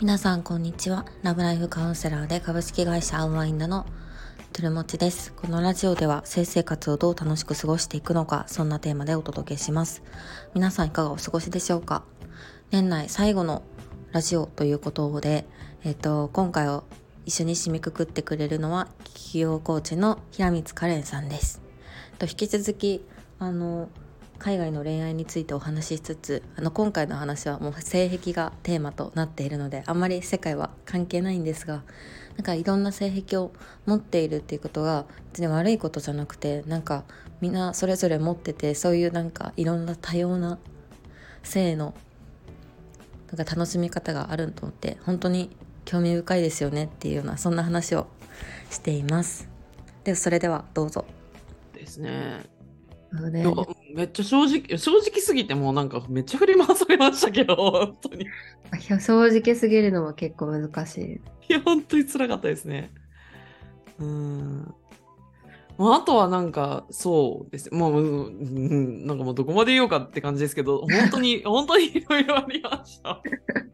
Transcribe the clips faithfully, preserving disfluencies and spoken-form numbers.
皆さんこんにちは。ラブライフカウンセラーで株式会社アウワインダのトゥルモチです。このラジオでは性生活をどう楽しく過ごしていくのか、そんなテーマでお届けします。皆さんいかがお過ごしでしょうか。年内最後のラジオということで、えっと、今回を一緒に締めくくってくれるのは企業コーチの平光カレンさんです。と引き続きあの海外の恋愛についてお話ししつつ、あの今回の話はもう性癖がテーマとなっているので、あんまり世界は関係ないんですが、なんかいろんな性癖を持っているっていうことが別に悪いことじゃなくて、なんかみんなそれぞれ持ってて、そういうなんかいろんな多様な性のなんか楽しみ方があると思って、本当に興味深いですよねっていうような、そんな話をしています。でそれではどうぞ。 ですね。いや、 そうね、 めっちゃ正直、正直すぎてもうなんかめっちゃ振り回されましたけど、本当に。 正直すぎるのは結構難しい。 いや、本当に辛かったですね。うーん。まあ、あとはなんか、そうです。もう、うん、なんかもうどこまで言おうかって感じですけど、本当に、本当にいろいろありました。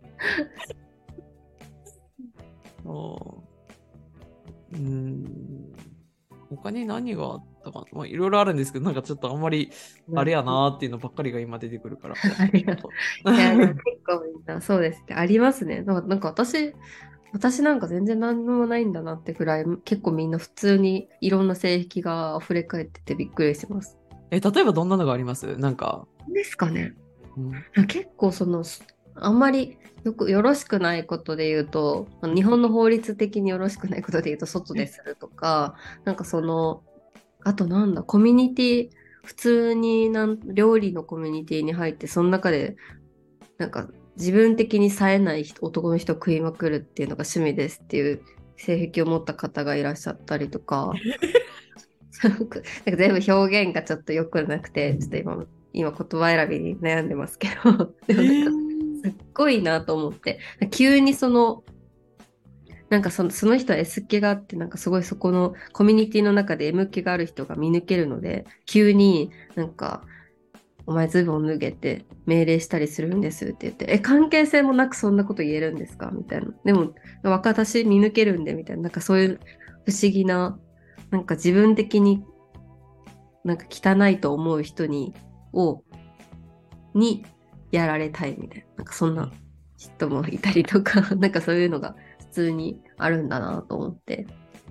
そう。うーん。他に何があったかな。まあ、いろいろあるんですけど、なんかちょっとあんまり、あれやなーっていうのばっかりが今出てくるから。 ありがとう。 ちょっといや、でも結構みんなそうですね。ありますね。なんか、なんか私、私なんか全然何もないんだなってくらい、結構みんな普通にいろんな性癖が溢れ返っててびっくりします。 え、例えばどんなのがありますなんか、 ですかね。 うん、 結構その、あんまりよくよろしくないことで言うと、日本の法律的によろしくないことで言うと、外でするとか、なんかその、あとなんだ、コミュニティ、普通になん料理のコミュニティに入って、その中でなんか自分的に冴えない人男の人を食いまくるっていうのが趣味ですっていう性癖を持った方がいらっしゃったりとか、なんか全部表現がちょっと良くなくて、ちょっと今、今言葉選びに悩んでますけど、 えでもなんかー、 すっごいなと思って、急にその、なんかその、その人は S 気があって、なんかすごいそこのコミュニティの中で M 気がある人が見抜けるので、急になんか、お前ズボン脱げって命令したりするんですって言って、え、関係性もなくそんなこと言えるんですかみたいな。でも、私見抜けるんで、みたいな。なんかそういう不思議な、なんか自分的になんか汚いと思う人に、を、にやられたいみたいな。なんかそんな人もいたりとか、なんかそういうのが普通にあるんだなと思って。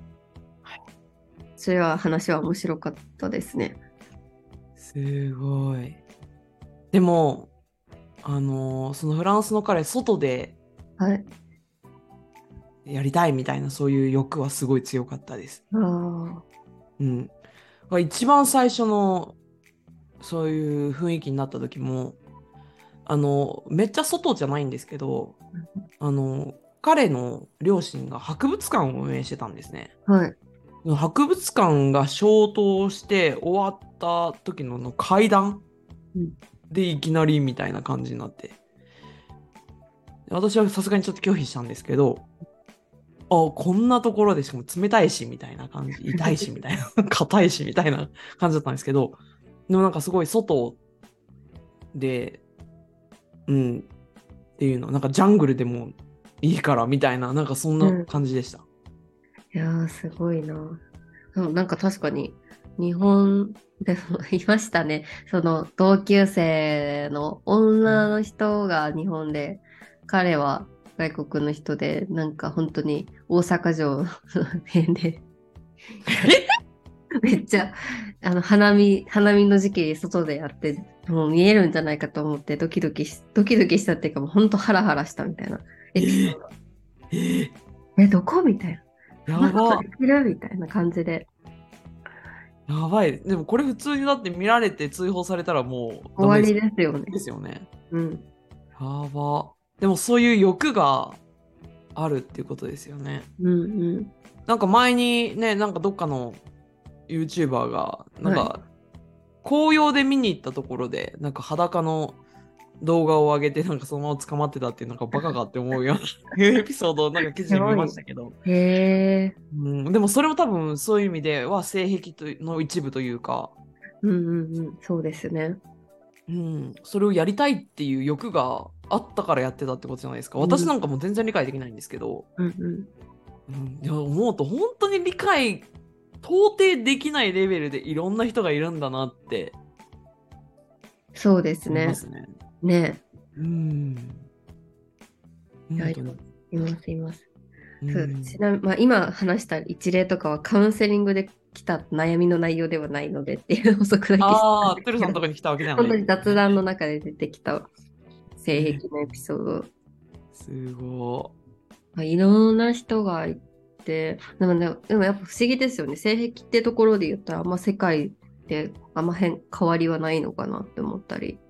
それは話は面白かったですね。 すごい。でも、あのーそのフランスの彼、外ではい。 やりたいみたいな、そういう欲はすごい強かったです。 ああ。 うん。一番最初の、そういう雰囲気になった時も、あの、めっちゃ外じゃないんですけど、あの、彼の両親が博物館を運営してたんですね。 はい。 博物館が消灯して終わった時のあの階段うん。 でいきなりみたいな感じになって。私はさすがにちょっと拒否したんですけど、あ、こんなところでしかも冷たいしみたいな感じ、痛いしみたいな、硬いしみたいな感じだったんですけど、でもなんかすごい外で、うん、っていうの、なんかジャングルでもいいからみたいな、なんかそんなうん。 感じでした。 いやー、すごいな。でもなんか確かに、日本でもいましたね。その同級生の女の人が日本で、彼は外国の人で、なんか本当に大阪城の辺で、めっちゃ、あの、花見、花見の時期に外でやって、もう見えるんじゃないかと思ってドキドキし、ドキドキしたっていうかもう本当ハラハラしたみたいなエピソーえド。 ええ、どこみたいな。 やそんなことば、 できるみたいな感じで。 やばい。でもこれ普通にだって見られて追放されたらもう終わりダメです。 ですよね。 ですよね。 うん。 やば。でもそういう欲があるっていうことですよね。 うんうなんか前にね、なんかどっかの YouTuber が、 ん。はい。 なんか紅葉で見に行ったところで、なんか裸の動画を上げて、なんかそのまま捕まってたっていう、なんかバカかって思うようなエピソードをなんか記事で見すごい。 ましたけど、 へえ。 うん、でもそれも多分そういう意味では性癖との一部というか、 うんうんうん。そうですね。 うん、それをやりたいっていう欲があったからやってたってことじゃないですか。 うん私なんかもう全然理解できないんですけど、 うんうんうん、いや思うと本当に理解到底できないレベルでいろんな人がいるんだなってそうですね。 思いますね。 ね。 うん。 いや、い本当に。 ますいます。そううん。 ちなみに、まあ、今話した一例とかはカウンセリングで来た悩みの内容ではないのでっていう補足だけしたんああ、 ですけど、 トゥルさんのとこに来たわけではないです本当に雑ね。 談の中で出てきた性え癖のエピソード、 すごまあ、いろんな人がいて、でもね、でもやっぱ不思議ですよね。性癖ってところで言ったら、あんま世界であんま変変わりはないのかなって思ったり。 い。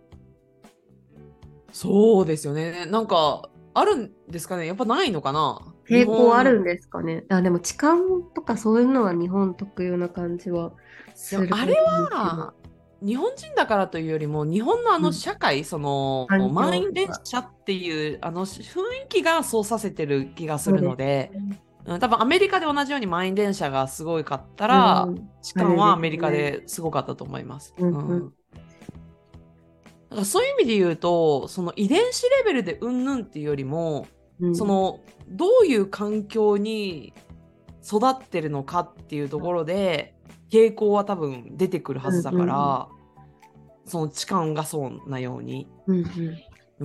そうですよね。なんか、あるんですかね。やっぱないのかな。日傾向あるん本。 ですかね。あ、でも痴漢とかそういうのは日本特有な感じはするでもあれんですけど、 は、日本人だからというよりも、日本のあのうん、 社会、その、 環満員電境とか。 車っていう、あの雰囲気がそうさせてる気がするそうですので、 ね。 うん、多分アメリカで同じように満員電車がすごかったうら、 ん、 痴あれで漢はアメリカすね。 ですごかったと思います。 うんうん。 うん。だからそういう意味で言うと、その遺伝子レベルでうんぬんっていうよりも、 うん。 そのどういう環境に育ってるのかっていうところで傾向は多分出てくるはうんずだうんうん。 から、その痴漢がそうなように、 うんうん。 うん、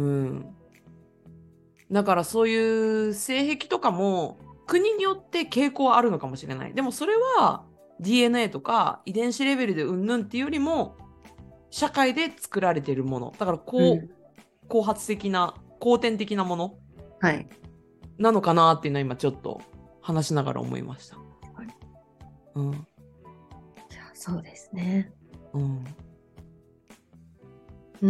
だからそういう性癖とかも国によって傾向はあるのかもしれない。でもそれは ディーエヌエー とか遺伝子レベルでうんぬんっていうよりも社会で作られているものだからこううん。 後発的な後天的なものはい。 なのかなっていうのは今ちょっと話しながら思いました。 はい。 うん。 じゃあ、そうですね。 うん。 うん。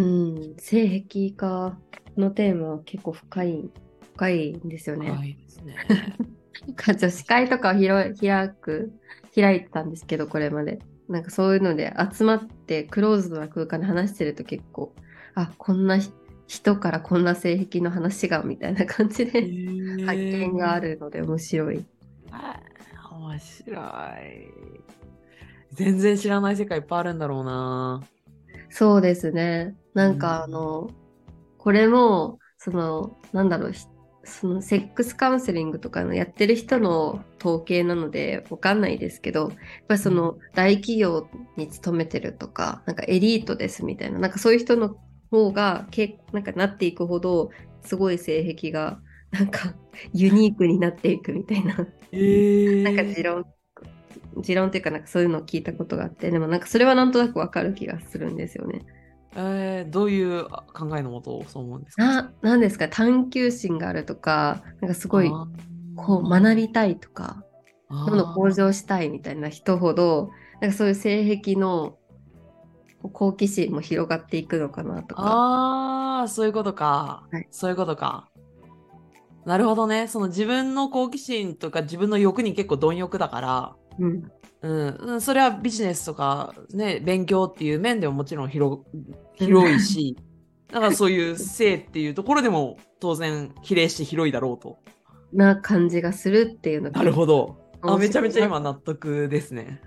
性癖か。このテーマは結構深い、深いんですよね。 はいですね。 なんか女子会とかを開開く、開いてたんですけど、これまで。なんかそういうので集まってクローズドな空間で話してると結構、あ、こんなひ人からこんな性癖の話がみたいな感じへで発え。 見があるので面白い。 あー面白い。全然知らない世界いっぱいあるんだろうな。 そうですね。なんかあうん。 の、これも、その、なんだろう、ひそのセックスカウンセリングとかのやってる人の統計なのでわかんないですけど、やっぱりその大企業に勤めてるとか、なんかエリートですみたいな、なんかそういう人の方がけなんかなっていくほど、すごい性癖がなんかユニークになっていくみたいな、なんかえー、 持論、持論っていうかなんかそういうのを聞いたことがあって、でもなんかそれはなんとなくわかる気がするんですよね。 えー、どういう考えのもとそう思うんですか？ な、なんですか、探求心があるとか、なんかすごい、 あこう、学ーびたいとか、どんどんあー向上したいみたいな人ほど、なんかそういう性癖の好奇心も広がっていくのかなとか。 あー、そういうことか。 はい。 そういうことか。なるほどね。その自分の好奇心とか自分の欲に結構貪欲だから、 うん。 うん、うんそれはビジネスとかね、勉強っていう面でももちろん広、 うん広いし、だからそういう性っていうところでも当然比例して広いだろうと。 な感じがするっていうのをな聞いて、 るほど。あ、 面めちゃめちゃ白いなと。 今納得ですね。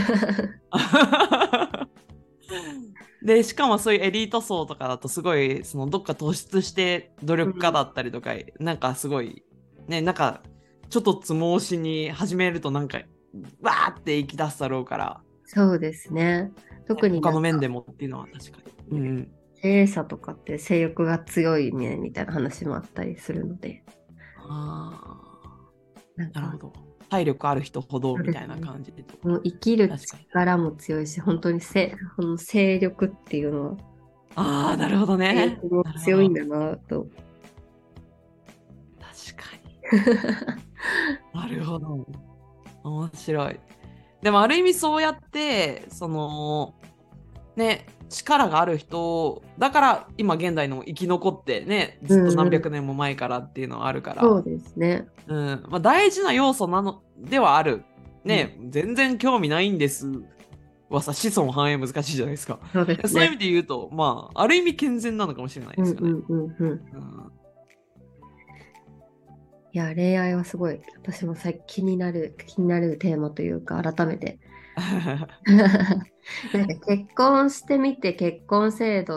で、しかもそういうエリート層とかだとすごい、そのどっか突出して努うん、 力家だったりとか、なんかすごい、ね、なんかちょっとつもしに始めるとなんか、わーって行き出すだろうから、 そうですね。特ね、他になんか、 の面でもっていうのは確かに。うんうん。 経営者とかって性欲が強いねみたいな話もあったりするので、 あなんあ、なるほか、 ど。体力ある人ほどみたいなそうですね。 感じでと。 もう生きる確かに。 力も強いし、本当にせこの勢力っていうのは、 ああ、なるほど性ね。 欲もなるほど。 強いんだなと。 確かに。なるほど。面白い。でもある意味そうやって、その、ね、力がある人だから今現代の生き残ってね、ずっと何うんうん、 百年も前からっていうのはあるから、 そうですね。 うんまあ、大事な要素なのではある。 うん、 ね、全然興味ないんですはさ、子孫繁栄難しいじゃないですか。 そうですそういう意味ね。 で言うと、まあ、ある意味健全なのかもしれないうんですよね。 うんうんうん。 うん、 いや、恋愛はすごい、私もさ気になる、気になるテーマというか、改めて。なんか結婚してみて、結婚制度っ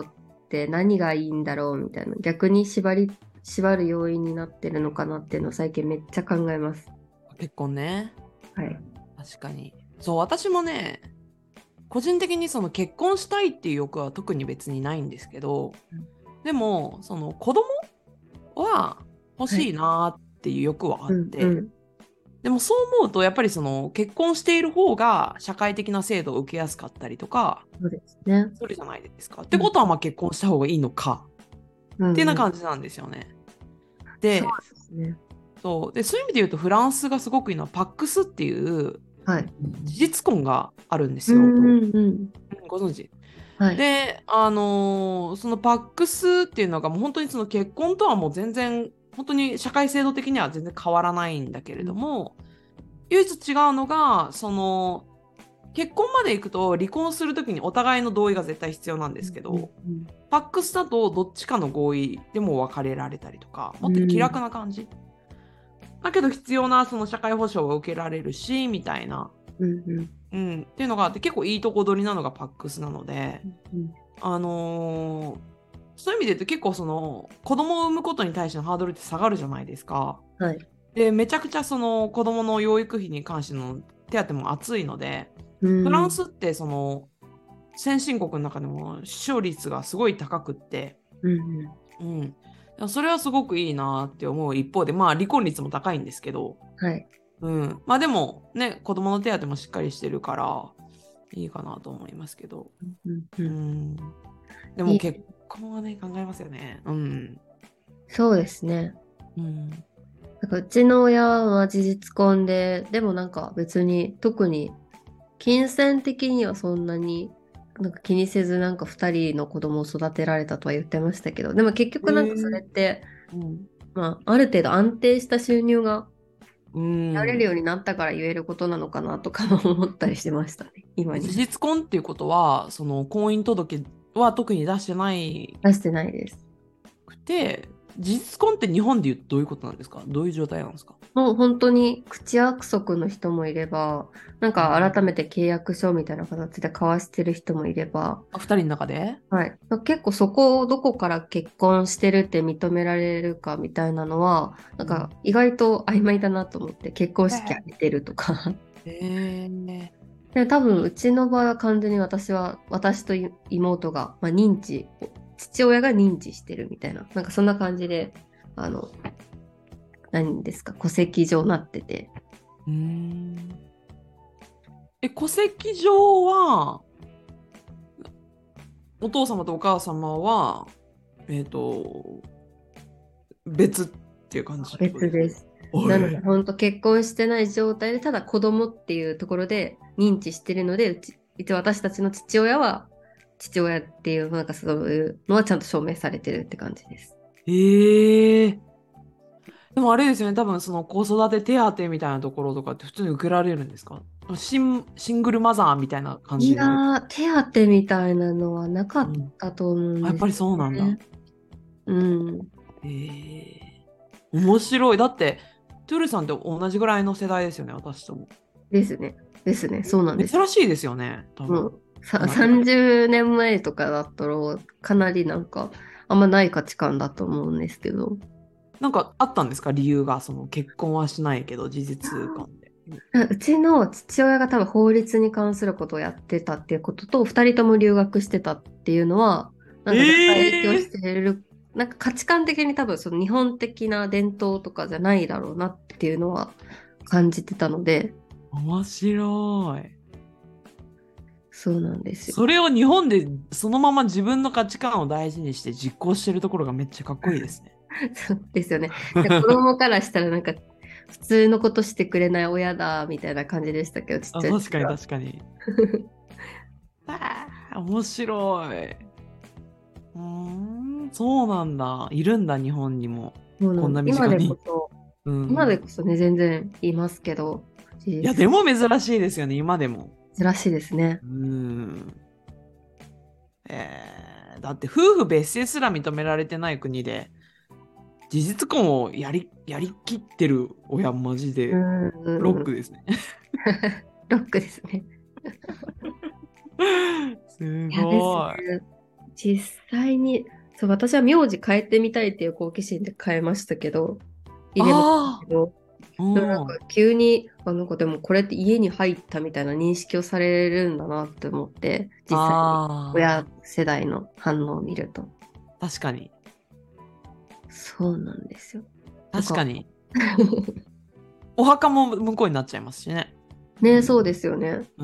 って何がいいんだろうみたいな、逆に縛り、縛る要因になってるのかなっていうのを最近めっちゃ考えます。 結婚ね。 はい。 確かに。そう、私もね、個人的にその結婚したいっていう欲は特に別にないんですけど、 うん、 でもその子供は欲しいなっていう欲はあって、 うんうん、 でもそう思うとやっぱりその結婚している方が社会的な制度を受けやすかったりとかそうですね。 するじゃないですか。ってことはまあ結婚した方がいいのかうんっていうようなうん、 感じなんですよね。 そうで、 ですね。 そうでそういう意味で言うとフランスがすごくいいのはパックスっていうはい。 事実婚があるんですよ。 うんうんうん。 ご存知？ はい。 で、あのーそのパックスっていうのがもう本当にその結婚とはもう全然本当に社会制度的には全然変わらないんだけれども、唯一違うのがその結婚まで行くと離婚するときにお互いの同意が絶対必要なんですけうんど、パックスだとどっちかの合意でも別れられたりとか、もっと気楽な感じ。だけど必要なその社会保障が受けられるしみたいな、 うんうんうん、っていうのがあって結構いいとこ取りなのがパックスなので、 うんあのーそういう意味で言うと結構その子供を産むことに対してのハードルって下がるじゃないですか。 はい。 で、めちゃくちゃその子供の養育費に関しての手当も厚いので、フランうんスってその先進国の中でも出生率がすごい高くって、 うんうん、それはすごくいいなって思う一方で、まあ離婚率も高いんですけど、 はい。 うん、まあでもね、子供の手当もしっかりしてるからいいかなと思いますけど、 うんううんん、でもいい結婚はね考えますよね。うん。 そうですね。 うん。 なんかうちの親は事実婚で、でもなんか別に特に金銭的にはそんなになんか気にせずなんかふたりの子供を育てられたとは言ってましたけど、でも結局なんかそれって、 うん。 まあ、ある程度安定した収入がう得られるん。 ようになったから言えることなのかなとかも思ったりしてましたね、今に。 事実婚っていうことは、その婚姻届は特に出してない出してないです。 くて、事実婚って日本で言うとどういうことなんですか？どういう状態なんですか？ もう本当に口約束の人もいれば、なんか改めて契約書みたいな形で交わしてる人もいれば、 あ、二人の中で？ はい。結構そこをどこから結婚してるって認められるかみたいなのは、なんか意外と曖昧だなと思って、結婚式挙げてるとか。 へえ。 で多分うちの場合は完全に私は、私と妹が、まあ、認知、父親が認知してるみたいな、なんかそんな感じで、あの、何ですか、戸籍上なってて。 うーん。え、戸籍上は、お父様とお母様は、えっと、別っていう感じってことですか？ 別です。 おい。 なので、本当結婚してない状態で、ただ子供っていうところで認知してるので、うち、一応私たちの父親は、父親っていう、なんかそういうのはちゃんと証明されてるって感じです。 ええ。でもあれですよね、多分その子育て手当みたいなところとかって普通に受けられるんですか？シン、シングルマザーみたいな感いじの。 やー、手当みたいなのはなかっうん。 たと思うんですあ、やっぱりそうなんだ。 ね。うん。 ええ、面白い。だって、トゥルさんって同じぐらいの世代ですよね、私とも。 ですね。ですね。そうなんですよ。 珍しいですよね、多分。 もうさかなり。 さんじゅうねんまえとかだったら、かなりなんか、あんまない価値観だと思うんですけど。 なんかあったんですか、理由が？その結婚はしないけど、事実婚で。 うちの父親が多分法律に関することをやってたっていうことと、二人とも留学してたっていうのは、なんか絶対影響しええ、 てる、なんか価値観的に多分その日本的な伝統とかじゃないだろうなっていうのは感じてたので、 面白い。 そうなんですよ。 それを日本でそのまま自分の価値観を大事にして実行してるところがめっちゃかっこいいですね。 そうですよね。で子供からしたらなんか普通のことしてくれない親だみたいな感じでしたけど、ちっあ、 ちゃい確かに時は。 確かに。あー、面白い。うーん、そうなんだ。いるんだ、日本にも。こんなそうなん今身近に。 でこそ、 う今でん。 こそね、全然いますけど、事いや、 実でも珍しいですよね、今でも。 珍しいですね。 うん。えー、だって夫婦別姓すら認められてない国で、事実婚をやり、やりきってる親、マジうでんロうんうん。 ックですね。 ロックですね。 すいやですごい。 ね。 実際に、そう、私は名字変えてみたいっていう好奇心で変えましたけど、入れましたけど、 うでもなんん。 か急に、あ、なんかでもこれって家に入ったみたいな認識をされるんだなって思って、実際に親あ世代の反応を見ると。 あ、確かに。 そうなんですよ。なんか、 確かに。お墓も向こうになっちゃいますしね。 ね、そうですよね。 うん。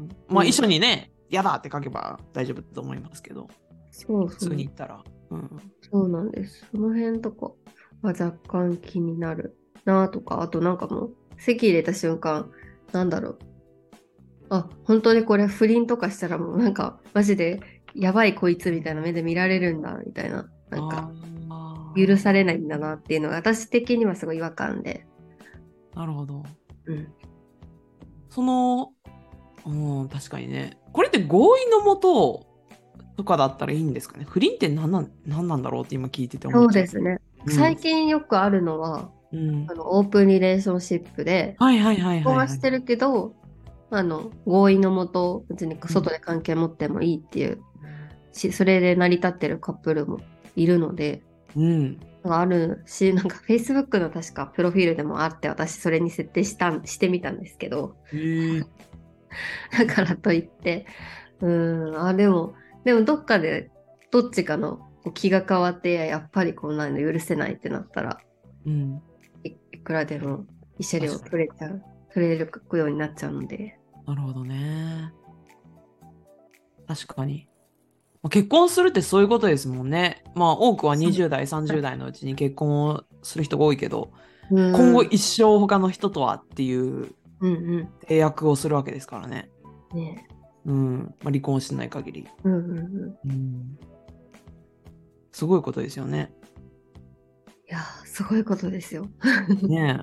まあ、 うん一緒にね、やだって書けば大丈夫だと思いますけど、普通そうそう。 に言ったら。うん。 そうなんです。その辺とかは若干気になるなとか、あとなんかもう、籍入れた瞬間、なんだろう。あ、本当にこれ不倫とかしたらもうなんか、マジでやばいこいつみたいな目で見られるんだ、みたいな。なんか、 あ許されないんだなっていうのが、私的にはすごい違和感で。 あ、なるほど。 うん。 その、うん、確かにね。これって合意のもととかだったらいいんですかね。不倫って何なん、何なんだろうって今聞いてて思そうっちゃう。 ですね。 うん。 最近よくあるのは、 うん。 あの、オープンリレーションシップで、 はいはいはい結婚はいはい。 はしてるけど、あの、合意のもと、別にうん。 外で関係持ってもいいっていうし、それで成り立ってるカップルもいるので、 うん。 なんかあるし、なんか Facebook の確かプロフィールでもあって、私それに設定したん、してみたんですけど、 へえ。 だからといって、うーん、あ、でも、でもどっかでどっちかの気が変わって、いややっぱりこんなの許せないってなったら、 うん。 い、いくらでも慰謝料確かに。 取れちゃう、取れるようになっちゃうので。 なるほどね。確かに。まあ結婚するってそういうことですもんね。まあ多くはそう。 にじゅう代、さんじゅう代のうちに結婚をする人が多いけど、 う今後ーん、 一生他の人とはっていううんうん。 契約をするわけですからね。 ねうん。まあ、離婚しない限り。 うんうんうん。 うん。すごいことですよね。 いやー、すごいことですよ。 ね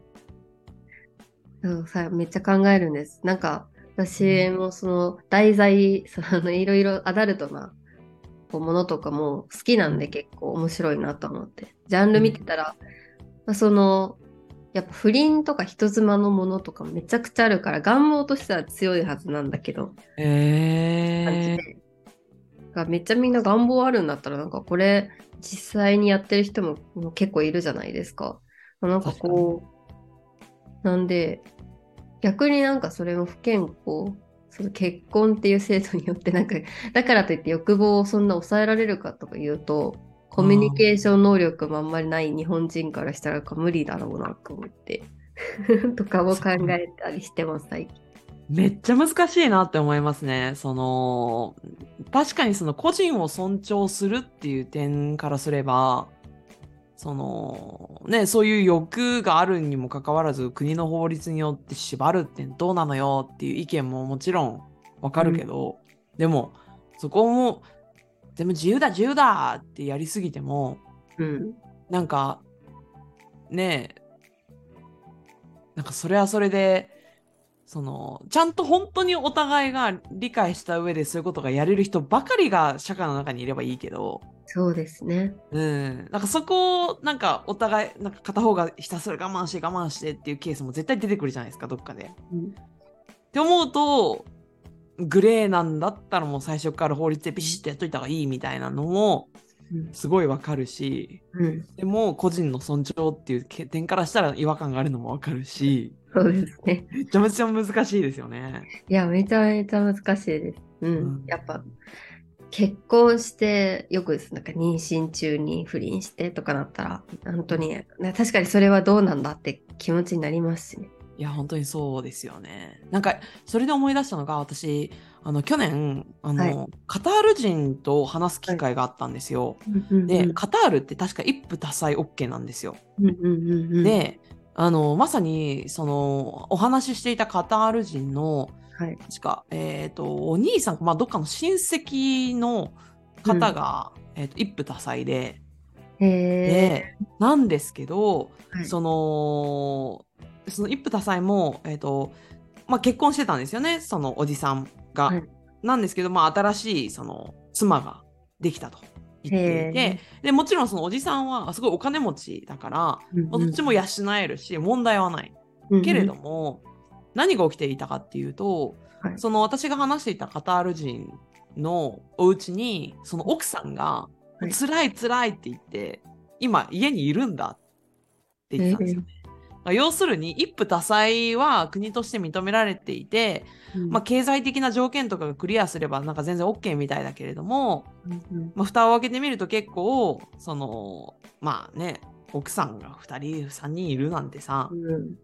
うんさ、めっちゃ考えるんです。なんか、 え。 私もその題材、そのあのいろいろアダルトなこうものとかも好きなんで結構面白いなと思って。ジャンル見てたら、まあ、その、やっぱ不倫とか人妻のものとかめちゃくちゃあるから願望としては強いはずなんだけど、感じえー、 で。がめっちゃみんな願望あるんだったらなんかこれ実際にやってる人ももう結構いるじゃないですか。なんか確かに。 こう、なんで逆になんかそれも不健康、その結婚っていう制度によってなんか、だからといって欲望をそんな抑えられるかとか言うと、コミュニあーケーション能力もあんまりない日本人からしたら無理だろうなと思ってとかも考すごい。 えたりしてます、最近。 めっちゃ難しいなって思いますね。その、確かにその個人を尊重するっていう点からすれば、その、ね、そういう欲があるにもかかわらず国の法律によって縛るってどうなのよっていう意見ももちろんわかるけど、でも、そこも全部自由だ自由だってやりすぎても、 うん。 なんか、ねえ、なんかそれはそれで、その、ちゃんと本当にお互いが理解した上でそういうことがやれる人ばかりが社会の中にいればいいけど、 そうですね。 うん、なんかそこを、なんかお互い、なんか片方がひたすら我慢して我慢してっていうケースも絶対出てくるじゃないですか、どっかで。っうん。 て思うと、グレーなんだったらもう最初から法律でビシッとやっといた方がいいみたいなのも、 うん。 すごいわかるし、 うん。 でも個人の尊重っていう点からしたら違和感があるのもわかるし、 そうですね。 めちゃめちゃ難しいですよね。 いや、めちゃめちゃ難しいです。うん。 うん。 やっぱ結婚してよくですなんか妊娠中に不倫してとかなったら本当に、ね、確かにそれはどうなんだって気持ちになりますしね。 いや、本当にそうですよね。なんか、それで思い出したのが、私、あの、去年、あはい。 の、カタール人と話す機はい。 会があったんですよ。 うんうんうで、 ん。 カタールって確か一夫多妻 OK なんですよ。 うんうんうんうん。 で、あの、まさに、その、お話ししていたカタール人の、 はい。 確か、えっと、お兄さん、まあ、どっかの親戚のうん。 方が、えっと、一夫多妻で、 へで、 え。 なんですけど、 はい。 その、その一夫多妻も、えっと、まあ、結婚してたんですよね、そのおじさんが。 はい。 なんですけど、まあ、新しいその妻ができたと言へっていて、 え。 で、もちろんそのおじさんはすごいお金持ちだから、まうんあ、どっちも養うんえるし、問題はない。けれうんうん。 ども、何が起きていたかっていうと、 はい。 その私が話していたカタール人のお家にその奥さんがはい辛い辛いって言って今家にいるんだって言ってたんですよね。要するに一夫多妻は国として認められていて、 うんまあ、経済的な条件とかがクリアすればなんか全然 OK みたいだけれども、 うんうんまあ、蓋を開けてみると結構そのまあね奥さんがふたりさんにんいるなんてさ、 うん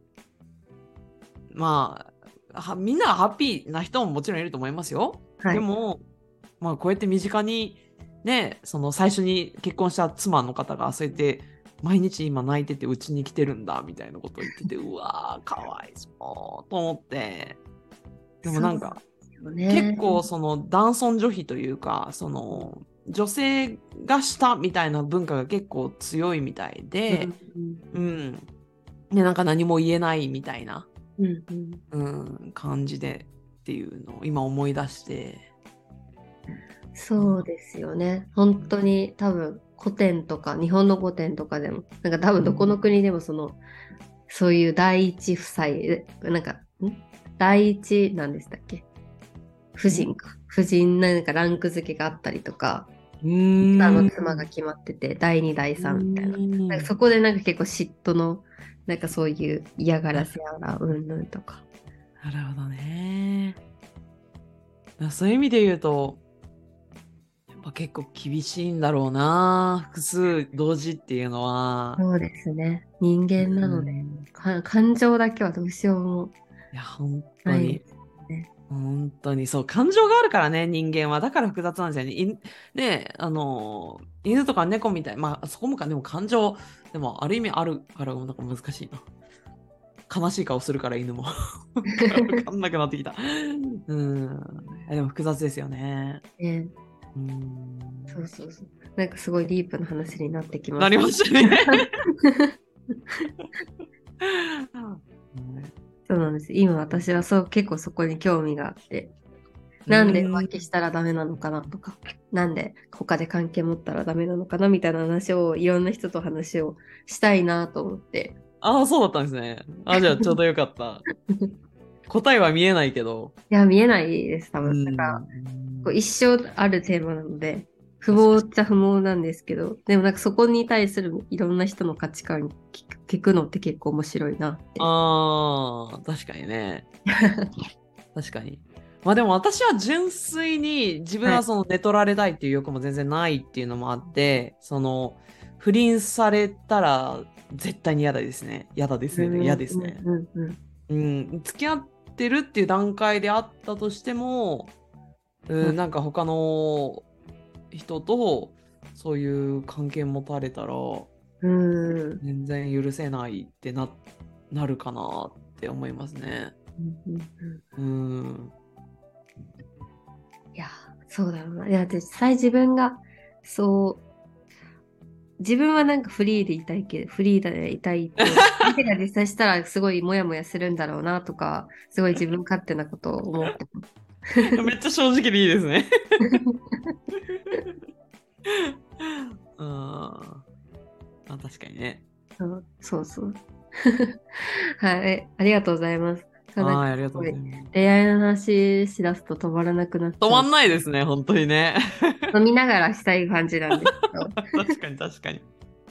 まあはみんながハッピーな人ももちろんいると思いますよ。 はいでも、まあ、こうやって身近にねその最初に結婚した妻の方がそうやって毎日今泣いててうちに来てるんだみたいなことを言っててうわーかわいそうと思って、でもなんかそうですよね結構その男尊女卑というかその女性が下みたいな文化が結構強いみたいで、 うんうん、でなんか何も言えないみたいな、 うんうんうん、感じでっていうのを今思い出して、 そうですよね。本当に多分古典とか日本の古典とかでもなんか多分どこの国でもその、そういう第一夫妻なんかん第一なんでしたっけ夫人か夫人なんかランク付けがあったりとかうーんあの妻が決まっててだいにだいさんみたいな、 うんなんかそこでなんか結構嫉妬のなんかそういう嫌がらせやらうんぬんとか。 なるほどね。そういう意味で言うとやっぱ結構厳しいんだろうな、複数同時っていうのは。 そうですね。人間なので、 うんか感情だけはどうしようもいや本当にないですね。 本当にそう感情があるからね人間はだから複雑なんですよね。いねあの犬とか猫みたいまあそこもかでも感情でもある意味あるからなんか難しいな。悲しい顔するから犬も分かんなくなってきた。うんでも複雑ですよね。 ねうんそうそうそう。なんかすごいディープな話になってきました。 なりましたね。 そうなんです。今私はそう結構そこに興味があって、なんで浮気したらダメなのかなとか、なんで他で関係持ったらダメなのかなみたいな話をいろんな人と話をしたいなと思って。 ああ、そうだったんですね。あじゃあちょうどよかった。答えは見えないけど。 いや、見えないです、多分。 うんだからこう一生あるテーマなので、不毛っちゃ不毛なんですけど、でもなんかそこに対するいろんな人の価値観聞く聞くのって結構面白いなって。 ああ、確かにね。確かに。まあでも私は純粋に自分はその寝取られたいっていう欲も全然ないっていうのもあって、その不倫されたら絶対に嫌だですね。嫌だですね。嫌ですね。 うんうんうんうん、付き合ってるっていう段階であったとしても、うんうんなんか他の人とそういう関係持たれたらうん全然許せないってな、なるかなって思いますね。 うんうんうん。 いや、そうだろうな。いや、実際自分が、そう、自分はなんかフリーでいたいけど、フリーでいたいって、相手が実際したらすごいモヤモヤするんだろうなとか、すごい自分勝手なことを思ってます。 めっちゃ正直でいいですね。うん。まあ確かにね。 そうそうそう。はい、ありがとうございます。なんかはい、ありがとうございすごます。 恋愛の話しだすと止まらなくなっちゃう。 止まんないですね、本当にね。 飲みながらしたい感じなんですけど。 確かに確かに。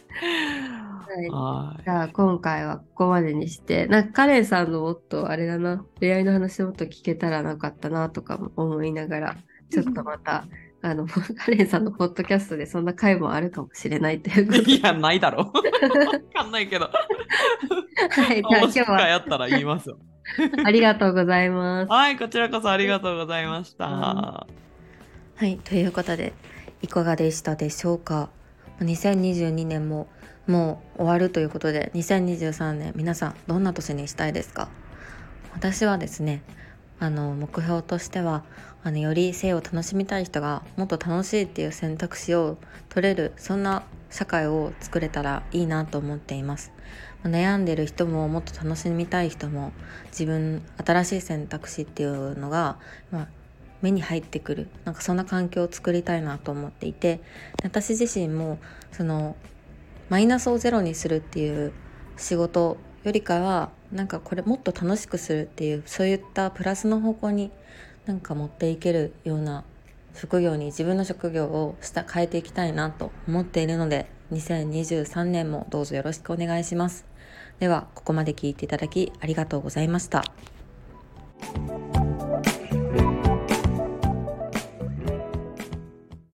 はい。 じゃあ今回はここまでにして、なんかカレンさんのもっとあれだな、恋愛の話もっと聞けたらなかったなとかも思いながら、ちょっとまた、あの、カレンさんのポッドキャストでそんな回もあるかもしれないということで。 いや、ないだろ。わかんないけど。 はい、じゃあ今もし日はかやったら言いますよ。 ありがとうございます。 はい、こちらこそありがとうございました。 はい、ということでいかがでしたでしょうか。にせんにじゅうにねんももう終わるということで、にせんにじゅうさんねん皆さんどんな年にしたいですか？私はですね、あの目標としてはあのより性を楽しみたい人がもっと楽しいっていう選択肢を取れる、そんな社会を作れたらいいなと思っています。悩んでる人ももっと楽しみたい人も自分新しい選択肢っていうのが、まあ、目に入ってくる、なんかそんな環境を作りたいなと思っていて、私自身もそのマイナスをゼロにするっていう仕事よりかはなんかこれもっと楽しくするっていう、そういったプラスの方向になんか持っていけるような職業に自分の職業をした変えていきたいなと思っているので、にせんにじゅうさんねんもどうぞよろしくお願いします。ではここまで聞いていただきありがとうございました。